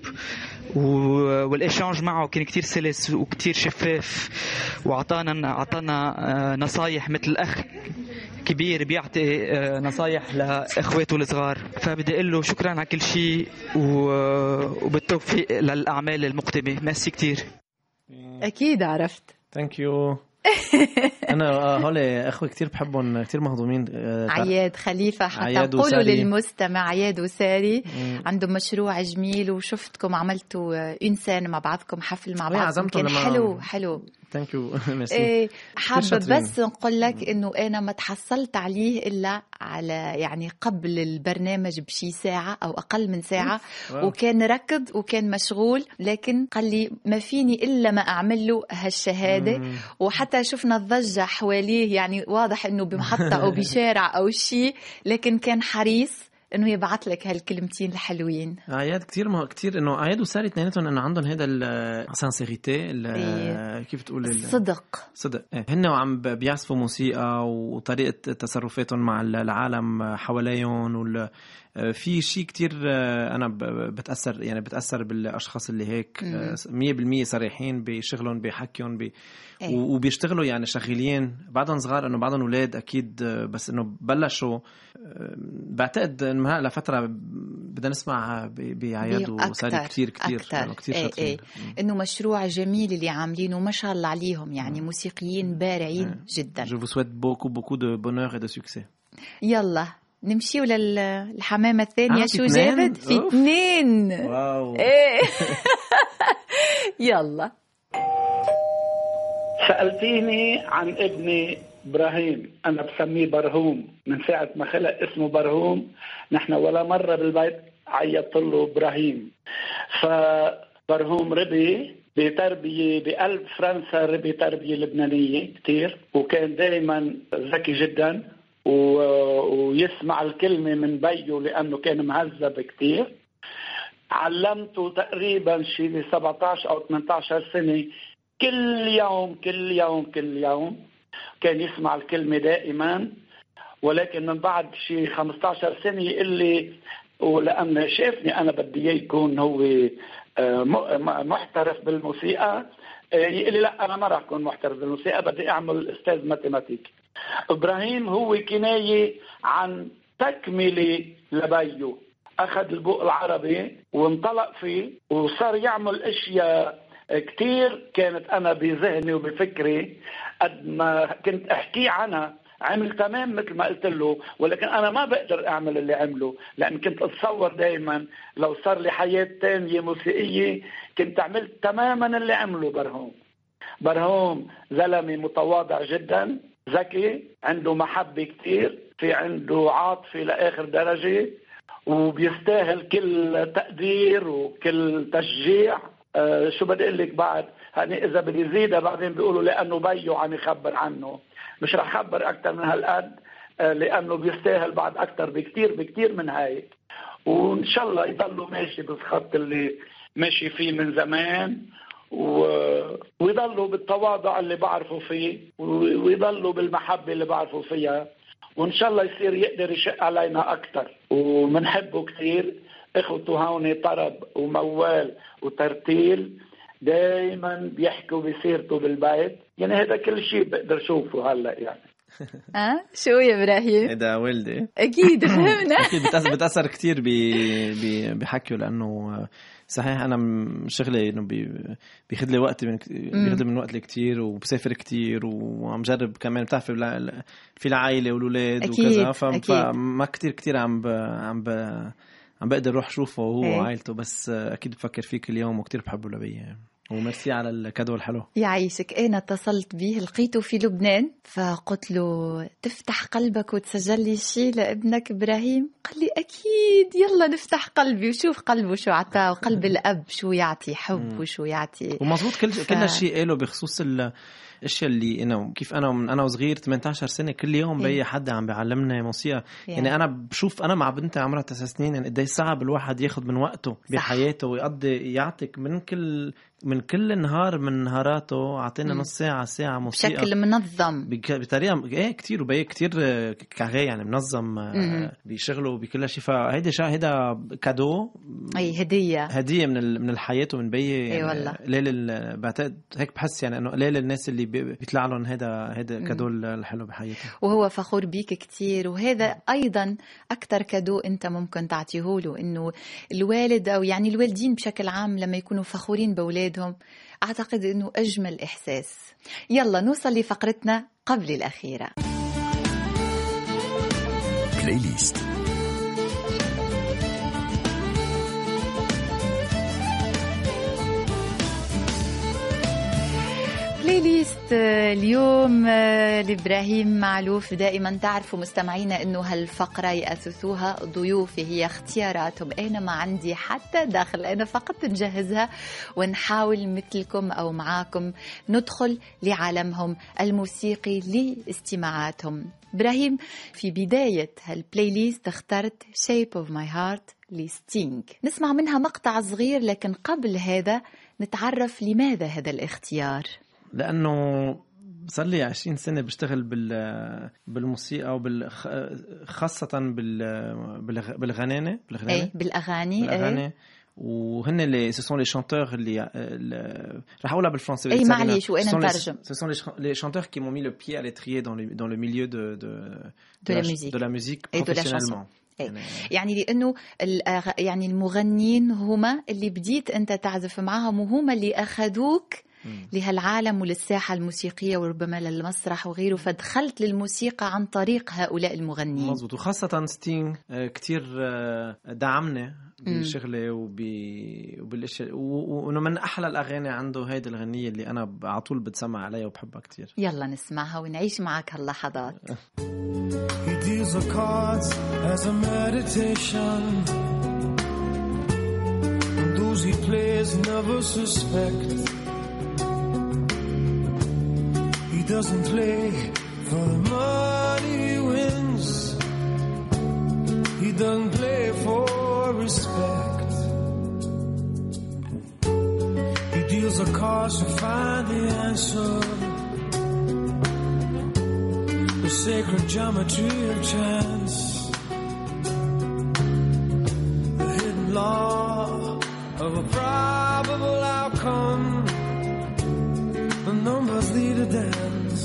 S6: والإشانج معه كان كتير سلس وكتير شفاف، وعطانا عطانا نصايح مثل أخ كبير بيعطي نصايح لإخواته الصغار. فبدي أقول له شكرا على كل شيء وبالتوفيق للأعمال المقدمة. ميرسي كتير.
S2: أكيد عرفت.
S3: Thank you. أنا هولي أخوة كتير بحبهم، كتير مهضومين.
S2: عياد خليفة، حتى قولوا للمستمع عياد وساري عندهم مشروع جميل، وشفتكم عملتوا إنسان مع بعضكم، حفل مع بعضكم كان حلو حلو.
S3: ثانك يو.
S2: إيه حابة بس نقول لك إنه أنا ما تحصلت عليه إلا على يعني قبل البرنامج بشي ساعة أو أقل من ساعة، وكان ركض وكان مشغول، لكن قال لي ما فيني إلا ما أعمل له هالشهادة. وحتى شفنا الضجة حواليه، يعني واضح إنه بمحطة أو بشارع أو شيء، لكن كان حريص انه يبعث لك هالكلمتين الحلوين.
S3: عياد كتير ما كتير انه عياد وساري اثنيناتهم انه عندهم هذا السانسيريتي،
S2: إيه.
S3: كيف تقول
S2: الصدق صدق
S3: إيه. هن وعم بيعزفوا موسيقى وطريقة تصرفاتهم مع العالم حواليهم، وال في شيء كتير أنا بتأثر يعني بتأثر بالأشخاص اللي هيك مية بالمية صريحين بشغلهم بحكيهم بي أيه. وبيشتغلوا يعني شغالين بعضهم صغار، إنه بعضهم أولاد أكيد، بس إنه بلشوا بعتقد إنه هلا لفترة بدنا نسمع بعياد وساري كتير كتير يعني كتير
S2: أيه
S3: شاطرين.
S2: أيه. إنه مشروع جميل اللي عاملينه ما شاء الله عليهم، يعني موسيقيين بارعين أيه. جدا.
S3: Je vous souhaite beaucoup beaucoup de bonheur et de succès.
S2: يلا نمشيو للحمامة الثانية. شو جابت؟ في اثنين.
S3: واو.
S2: ايه. يلا.
S7: سألتيني عن ابني إبراهيم، أنا بسميه برهوم من ساعة ما خلق اسمه برهوم، نحن ولا مرة بالبيت عيطت له إبراهيم. فبرهوم ربي بتربية بقلب فرنسا، ربي تربية لبنانية كتير، وكان دائما ذكي جدا ويسمع الكلمة من بيه لأنه كان مهذب كتير. علمته تقريبا شيء سبعة عشر أو ثمانية عشر سنة كل يوم كل يوم كل يوم كان يسمع الكلمة دائما، ولكن من بعد شيء خمسة عشر سنة يقول لي، ولأن شافني أنا بدي يكون هو محترف بالموسيقى، يقول لي لا أنا ما راح أكون محترف بالموسيقى، بدي أعمل أستاذ ماتيماتيك. إبراهيم هو كناية عن تكملة لبيه، أخذ البوق العربي وانطلق فيه وصار يعمل أشياء كتير كانت أنا بذهني وبفكري قد ما كنت أحكي عنها عمل تمام مثل ما قلت له، ولكن أنا ما بقدر أعمل اللي عمله، لأن كنت أتصور دايما لو صار لي حياة تانية موسيقية كنت عملت تماما اللي عمله برهوم. برهوم زلمة متواضع جدا، ذكي، عنده محبة كتير، في عنده عاطفة لآخر درجة، وبيستاهل كل تقدير وكل تشجيع. آه شو بدي أقول لك بعد، يعني إذا بدي زيدها بعدين بيقولوا لأنه بيو عم يخبر عنه، مش رح خبر أكتر من هالقد، آه لأنه بيستاهل بعد أكتر بكتير بكتير من هاي. وإن شاء الله يضلوا ماشي بالخط اللي ماشي فيه من زمان، ويضلوا بالتواضع اللي بعرفوا فيه، ويضلوا بالمحبة اللي بعرفوا فيها، وإن شاء الله يصير يقدر يشق علينا أكتر، ومنحبه كثير. إخوته هون طرب وموال وترتيل دايما بيحكوا بسيرته بالبيت، يعني هذا كل شيء بقدر شوفه هلأ يعني.
S2: أه شو يا إبراهيم؟
S3: هذا ولدي
S2: أكيد فهمنا.
S3: أكيد بتأثر, بتأثر كتير بحكيه، لأنه صحيح أنا شغلي إنه بيخد لي وقت، بيخد من وقت لي كتير، وبسافر كتير، وعم جرب كمان بتعرف في العائلة والولاد وكذا، فما كتير كتير عم ب... عم ب... عم بقدر روح شوفه وهو وعائلته، بس أكيد بفكر فيك اليوم وكتير بحبه لبي، وميرسي على الكادو الحلو.
S2: يعيشك. أنا اتصلت به لقيته في لبنان، فقلت له تفتح قلبك وتسجل لي شيء لابنك إبراهيم؟ قال لي أكيد، يلا نفتح قلبي وشوف قلبه شو عطاه، وقلب الأب شو يعطي حب وشو يعطي.
S3: ومزبوط كل ف... كل شيء قاله بخصوص ال الاشياء اللي انا كيف انا من انا وصغير ثمانية عشر سنه كل يوم بي حدا عم بيعلمنا موسيقى. يعني انا بشوف انا مع بنتي عمرها تسع سنين، يعني قد ايه صعب الواحد ياخذ من وقته بحياته ويقضي يعطيك من كل من كل نهار من نهاراته اعطينا نص ساعه ساعه موسيقى
S2: بشكل منظم
S3: بطريقه ايه كتير وبي كتير كاغي، يعني منظم بشغله وبكل شيء. فهيدا شيء هيدا كادو،
S2: اي هديه هديه
S3: من من الحياه ومن بي
S2: اي والله.
S3: قليل بعتقد هيك بحس يعني انه قليل الناس اللي بيطلع لهم هذا هذا كادو الحلو بحياته،
S2: وهو فخور بيك كتير. وهذا ايضا اكثر كادو انت ممكن تعطيه له، انه الوالد او يعني الوالدين بشكل عام لما يكونوا فخورين باولادهم، اعتقد انه اجمل احساس. يلا نوصل لفقرتنا قبل الاخيره،
S1: بلاي ليست.
S2: بلاي ليست اليوم لإبراهيم معلوف. دائما تعرفوا مستمعينا أنه هالفقرة يأسسوها ضيوفي، هي اختياراتهم، أنا ما عندي حتى داخل، أنا فقط نجهزها ونحاول مثلكم أو معاكم ندخل لعالمهم الموسيقي لاستماعاتهم. إبراهيم، في بداية هالبلاي ليست اخترت Shape of My Heart لستينغ، نسمع منها مقطع صغير، لكن قبل هذا نتعرف لماذا هذا الاختيار.
S3: لأنه صار لي عشرين سنة بشتغل بال بالموسيقى وخاصة بال بالغنانة بالغنانة
S2: أي بالأغاني
S3: بالأغاني وهن اللي ce sont les chanteurs اللي راح أقولها بالفرنسي.
S2: أي معليش وأنا نترجم.
S3: Ce sont les chanteurs qui m'ont mis le pied à l'étrier dans le dans le milieu de de
S2: de la musique
S3: de la musique professionnellement.
S2: يعني, يعني لأنه يعني المغنين هما اللي بديت أنت تعزف معهم، وهما اللي أخذوك لهالعالم وللساحة الموسيقية وربما للمسرح وغيره، فدخلت للموسيقى عن طريق هؤلاء المغنيين.
S3: مظبوط. وخاصة ستينغ كتير دعمنا بشغله وبالاشياء، وانه من احلى الاغاني عنده هيدي الغنية اللي انا على طول بتسمع عليها وبحبها كتير.
S2: يلا نسمعها ونعيش معك هاللحظات.
S8: He deals the cards as a meditation, and those he plays never suspect. He doesn't play for the money he wins, he doesn't play for respect. He deals the cards to find the answer, the sacred geometry of chance, the hidden law of a probable outcome. The numbers lead a dance.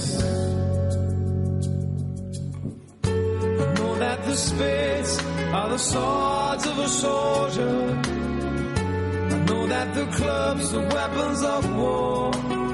S8: I know that the spades are the swords of a soldier. I know that the clubs are weapons of war.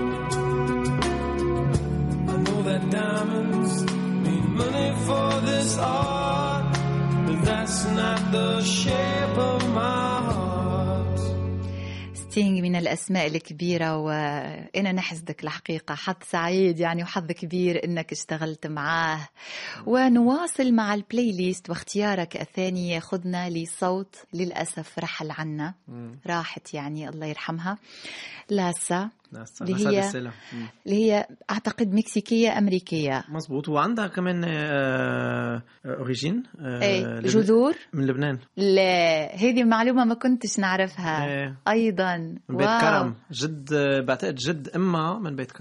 S8: I know that diamonds need money for this art, but that's not the shape of my heart.
S2: ستينغ من الأسماء الكبيرة، وأنا نحسدك الحقيقة، حظ سعيد يعني وحظ كبير إنك اشتغلت معاه. ونواصل مع البلاي ليست، واختيارك الثاني ياخذنا لصوت للأسف رحل عنا، راحت يعني الله يرحمها، لاسا اللي هي اللي هي أعتقد مكسيكية أمريكية.
S3: مزبوط. وعندها كمان أوريجين
S2: جذور
S3: من لبنان.
S2: لا هذه معلومة ما كنتش نعرفها. أيضا
S3: من بيت كرم، جد بعتقد جد إما من بيت كرم.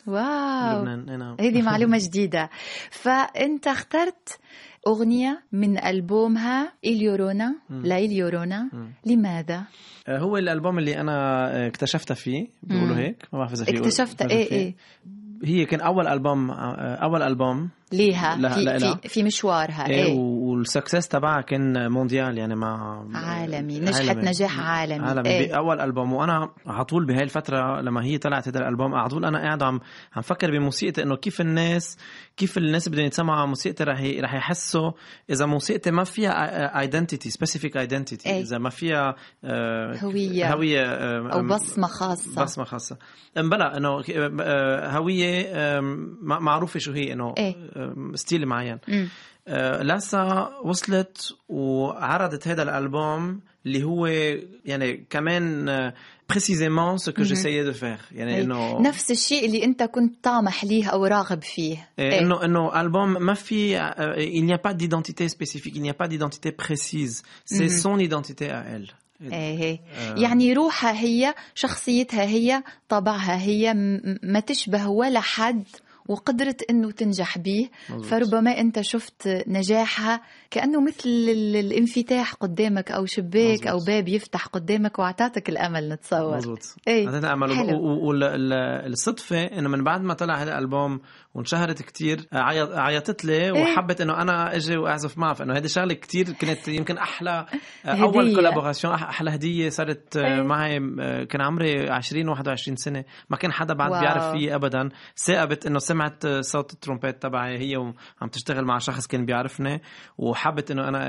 S2: واو،
S3: لبنان. نعم.
S2: هذه معلومة جديدة. فأنت اخترت أغنية من ألبومها إليورونا، لا إليورونا، لماذا؟
S3: هو الألبوم اللي أنا اكتشفتها فيه، بيقولوا هيك، ما بعرف إذا فيه
S2: اكتشفتها. إيه إيه
S3: هي كان أول ألبوم أول ألبوم
S2: ليها
S3: لا
S2: في,
S3: لا لا.
S2: في في مشوارها.
S3: إيه,
S2: إيه.
S3: والسكسس تبعها كان مونديال، يعني مع
S2: عالمي، نجحت عالمي. نجاح عالمي,
S3: عالمي.
S2: إيه.
S3: بأول ألبوم. وأنا على طول بهاي الفترة لما هي طلعت هذا الألبوم على طول أنا قاعد عم عم فكر بموسيقتي، إنه كيف الناس كيف الناس بدهم يتسمعوا موسيقتي، رح رح يحسوا إذا موسيقتي ما فيها identity specific identity،
S2: إيه.
S3: إذا ما فيها آه
S2: هوية
S3: هوية
S2: آه أو بصمة خاصة
S3: بصمة خاصة بلا إنه هوية معروفة شو هي، إنه
S2: إيه.
S3: ستيل معين. آه لسا وصلت وعرضت هذا الألبوم اللي هو يعني كمان précisément ce que j'essayais de faire، يعني إنه
S2: نفس الشيء اللي أنت كنت طامح ليه أو راغب فيه.
S3: إيه. إنه إنه ألبوم ما في il n'y a pas d'identité spécifique، il n'y a pas d'identité précise، c'est son identité à elle.
S2: ايه يعني روحها هي، شخصيتها هي، طبعها هي، ما تشبه ولا حد وقدرت انه تنجح به. فربما انت شفت نجاحها كأنه مثل الانفتاح قدامك او شباك مزبوط. او باب يفتح قدامك واعطتك الامل، نتصور.
S3: مزبوط.
S2: ايه
S3: اعطتها امل. والصدفه انه من بعد ما طلع هذا الالبوم وانشهرت كتير عيطت لي وحبت انه انا اجي واعزف معها، فانه هذه شغله كتير كانت يمكن احلى اول كولابوراسيون، احلى هديه صارت معي. كان عمري عشرين واحد وعشرين سنه، ما كان حدا بعد واو. بيعرف فيه ابدا. ثاقبت انه سمعت صوت الترومبيت تبعي هي وعم تشتغل مع شخص كان بيعرفني، وحبت انه انا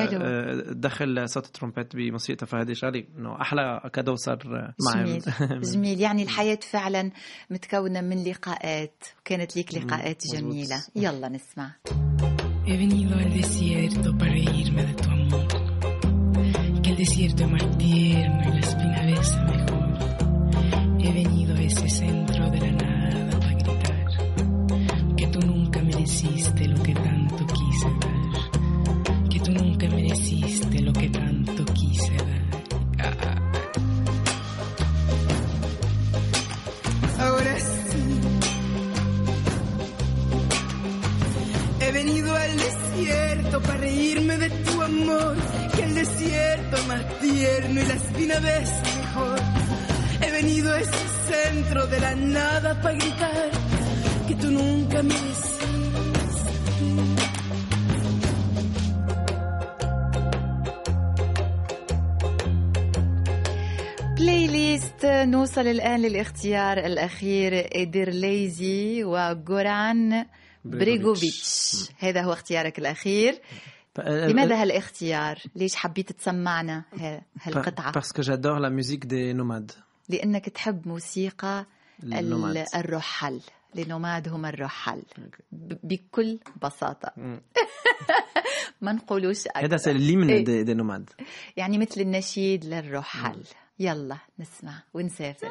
S3: ادخل صوت الترومبيت بموسيقى. فهذه شغله انه احلى كادو صار معي.
S2: جميل. جميل. يعني الحياه فعلا متكونه من لقاءات، وكانت ليك لقاءات جميله. يلا نسمع.
S9: He venido al desierto para irme de tu amor, que el desierto es más tierno y la espina besa mejor. He venido a ese centro de la nada para gritar que tú nunca mereciste lo que tanto quise dar, que tú nunca mereciste lo que tanto quise dar. Ah. Ahora sí, he venido al desierto para reírme de tu amor, que el desierto es más tierno y la espina besa mejor. He venido a ese centro de la nada para gritar que tú nunca mereciste.
S2: بلاي ليست. نوصل الآن للاختيار الأخير، إدرليزي وغوران بريغوفيتش. هذا هو اختيارك الأخير. لماذا هالاختيار؟ ليش حبيت تسمعنا هالقطعة؟
S3: Parce que j'adore la musique des nomades.
S2: لأنك تحب موسيقى الرحل. لنوماد هم الرحل بكل بساطة. ما نقولوش أكثر.
S3: هذا سلي من دي نوماد،
S2: يعني مثل النشيد للرحل. يلا نسمع ونسافر.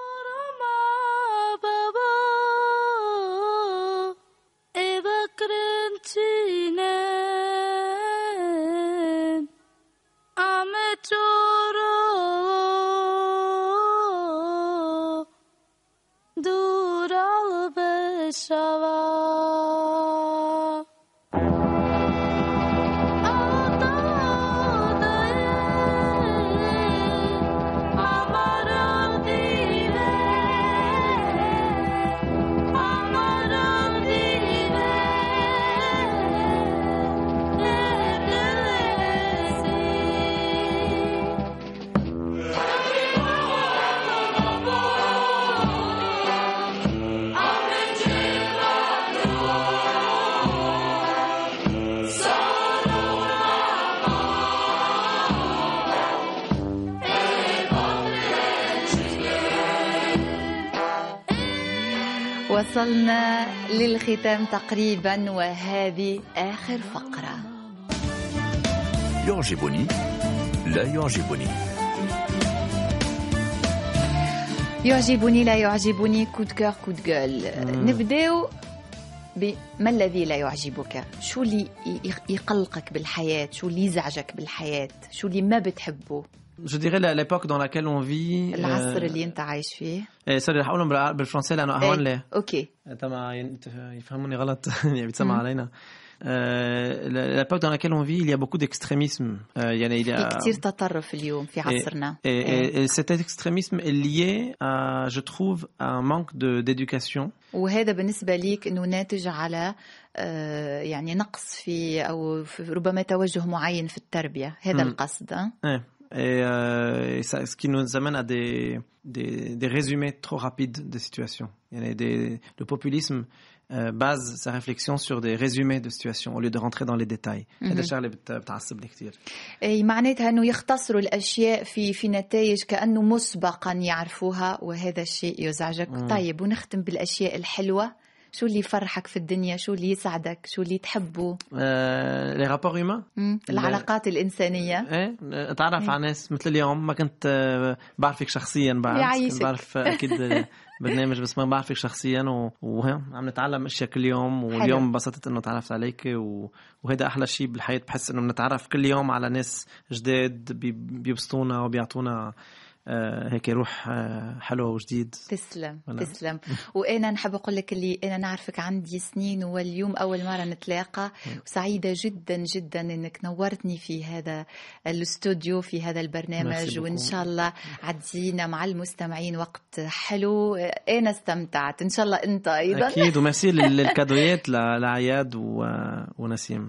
S2: وصلنا للختام تقريبا، وهذه آخر فقرة.
S1: يعجبني لا يعجبني.
S2: يعجبني لا يعجبني، كود كور كود جول. نبداو بما الذي لا يعجبك. شو اللي يقلقك بالحياة؟ شو اللي يزعجك بالحياة؟ شو اللي ما بتحبه؟
S3: Je dirais l'époque dans laquelle on vit.
S2: العصر اللي أنت عايش فيه.
S3: إيه سوري رح أقولهم بالفرنسي لأنه أهون لي.
S2: أوكي.
S3: تمام يفهموني غلط يعني بيتسمع علينا. l'époque dans laquelle on vit, il y a beaucoup d'extrémisme. يعني il y a
S2: كتير تطرف اليوم في عصرنا.
S3: Et, et, et cet extrémisme est lié à, je trouve, à un manque de d'éducation.
S2: وهذا بالنسبة ليك إنه ناتج على يعني نقص في أو في ربما توجه معين في التربية. هذا القصد.
S3: Et, euh, et ça, ce qui nous amène à des, des, des résumés trop rapides de situations. Il y a des, le populisme euh, base sa réflexion sur des résumés de situations au lieu de rentrer dans les détails. هذا الشيء اللي بتعصبني كتير.
S2: أي معناتها إنه يختصروا الأشياء في في نتائج كأنه مسبقا يعرفوها وهذا الشيء يزعجك. م. طيب ونختم بالأشياء الحلوة. شو اللي يفرحك في الدنيا؟ شو اللي يسعدك؟ شو اللي تحبه؟
S3: آه، les rapports humains.
S2: العلاقات الإنسانية.
S3: إيه أتعرف على ناس مثل اليوم ما كنت بعرفك شخصيا بعد. كنت بعرف أكيد برنامج بس ما بعرفك شخصيا وهم عم نتعلم أشياء كل يوم واليوم انبسطت إنه تعرفت عليك وهذا أحلى شيء بالحياة. بحس إنه بنتعرف كل يوم على ناس جداد بيبسطونا وبيعطونا هيك روح حلوة وجديد.
S2: تسلم تسلم. وأنا نحب أقول لك اللي أنا نعرفك عندي سنين واليوم أول مرة نتلاقى وسعيدة جدا جدا إنك نورتني في هذا الاستوديو في هذا البرنامج وإن شاء الله عدينا مع المستمعين وقت حلو. أنا استمتعت إن شاء الله أنت أيضا.
S3: أكيد وميرسي للكادويات لعياد ونسيم.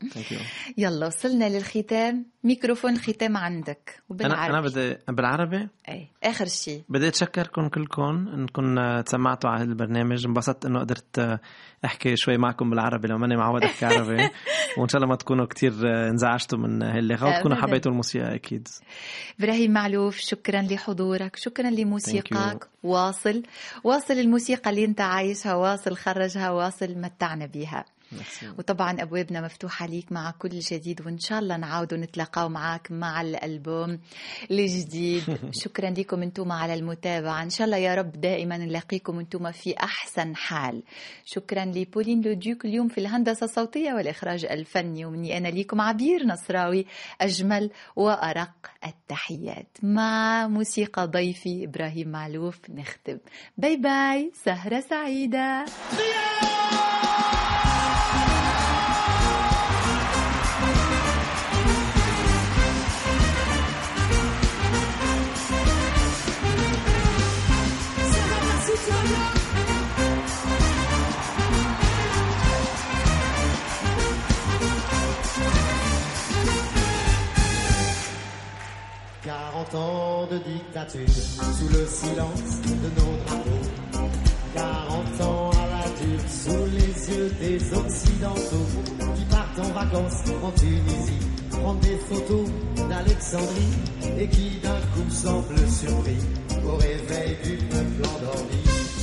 S2: يلا وصلنا للختام. ميكروفون الختام عندك
S3: وبالعربي. أنا, أنا بدي بالعربي.
S2: أي آخر شيء
S3: بدي أتشكركم كلكم إنكم تسمعتوا على البرنامج. انبسطت إنه قدرت أحكي شوي معكم بالعربي لو ماني معود أحكي عربي. وإن شاء الله ما تكونوا كتير انزعجتوا من هاللغة وتكونوا حبيتوا الموسيقى أكيد.
S2: إبراهيم معلوف شكرا لحضورك. شكرا لموسيقاك. واصل واصل الموسيقى اللي أنت عايشها. واصل خرجها. واصل متعنا بيها. وطبعا أبوابنا مفتوحة ليك مع كل جديد وإن شاء الله نعود ونتلاقاو معاك مع الألبوم الجديد. شكرا لكم أنتم على المتابعة. إن شاء الله يا رب دائما نلاقيكم أنتم في أحسن حال. شكرا لبولين لوديوك اليوم في الهندسة الصوتية والإخراج الفني ومني أنا ليكم عبير نصراوي أجمل وأرق التحيات مع موسيقى ضيفي إبراهيم معلوف. نختم. باي باي. سهرة سعيدة.
S4: quarante ans de dictature sous le silence de nos drapeaux. quarante ans à la dure sous les yeux des occidentaux qui partent en vacances en Tunisie, prendre des photos d'Alexandrie et qui d'un coup semblent surpris au réveil du peuple endormi.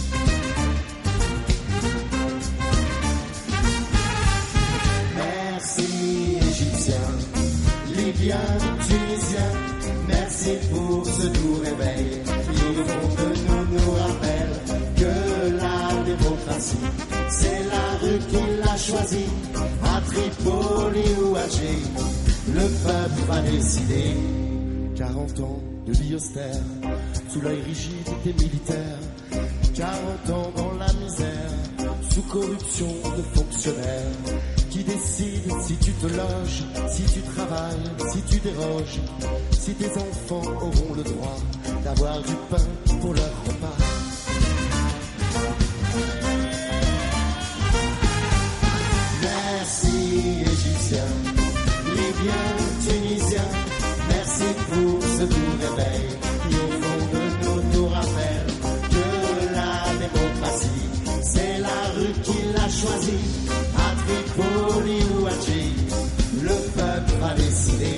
S4: Merci Égyptiens, Libyens, Tunisiens, merci pour ce doux réveil qui au fond de nous nous rappelle que la démocratie c'est la rue qui l'a choisie. À Tripoli ou Alger, le peuple va décider. quarante ans de vie austère sous l'œil rigide des militaires, quarante ans dans la misère sous corruption de fonctionnaires qui décident si tu te loges, si tu travailles, si tu déroges, si tes enfants auront le droit d'avoir du pain pour leur repas. Merci Égyptiens, Libyens, Tunisiens, merci pour ce doux réveil qui au fond de nous nous rappelle que la démocratie c'est la rue qui l'a choisie. À Tripoli ou Alger, le peuple va décider.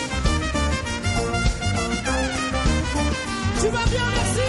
S4: Tu vas bien, merci.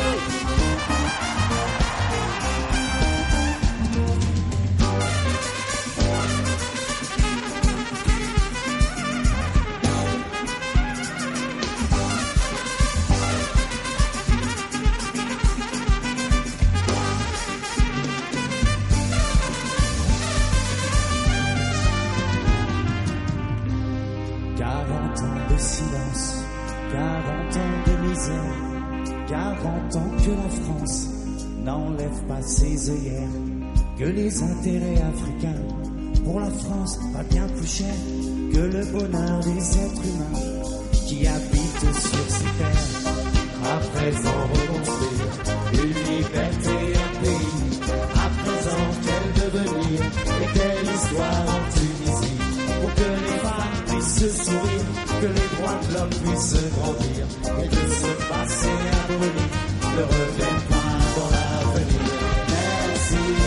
S4: quarante ans de misère, quarante ans que la France n'enlève pas ses œillères, que les intérêts africains pour la France va bien plus cher que le bonheur des êtres humains qui habitent sur ces terres. À présent reconstruire une liberté, un pays. À présent quel devenir et quelle histoire en Tunisie, pour que les femmes puissent se sourire, que les droits de l'homme puissent grandir, et de ce passé aboli ne revienne pas dans l'avenir. Merci.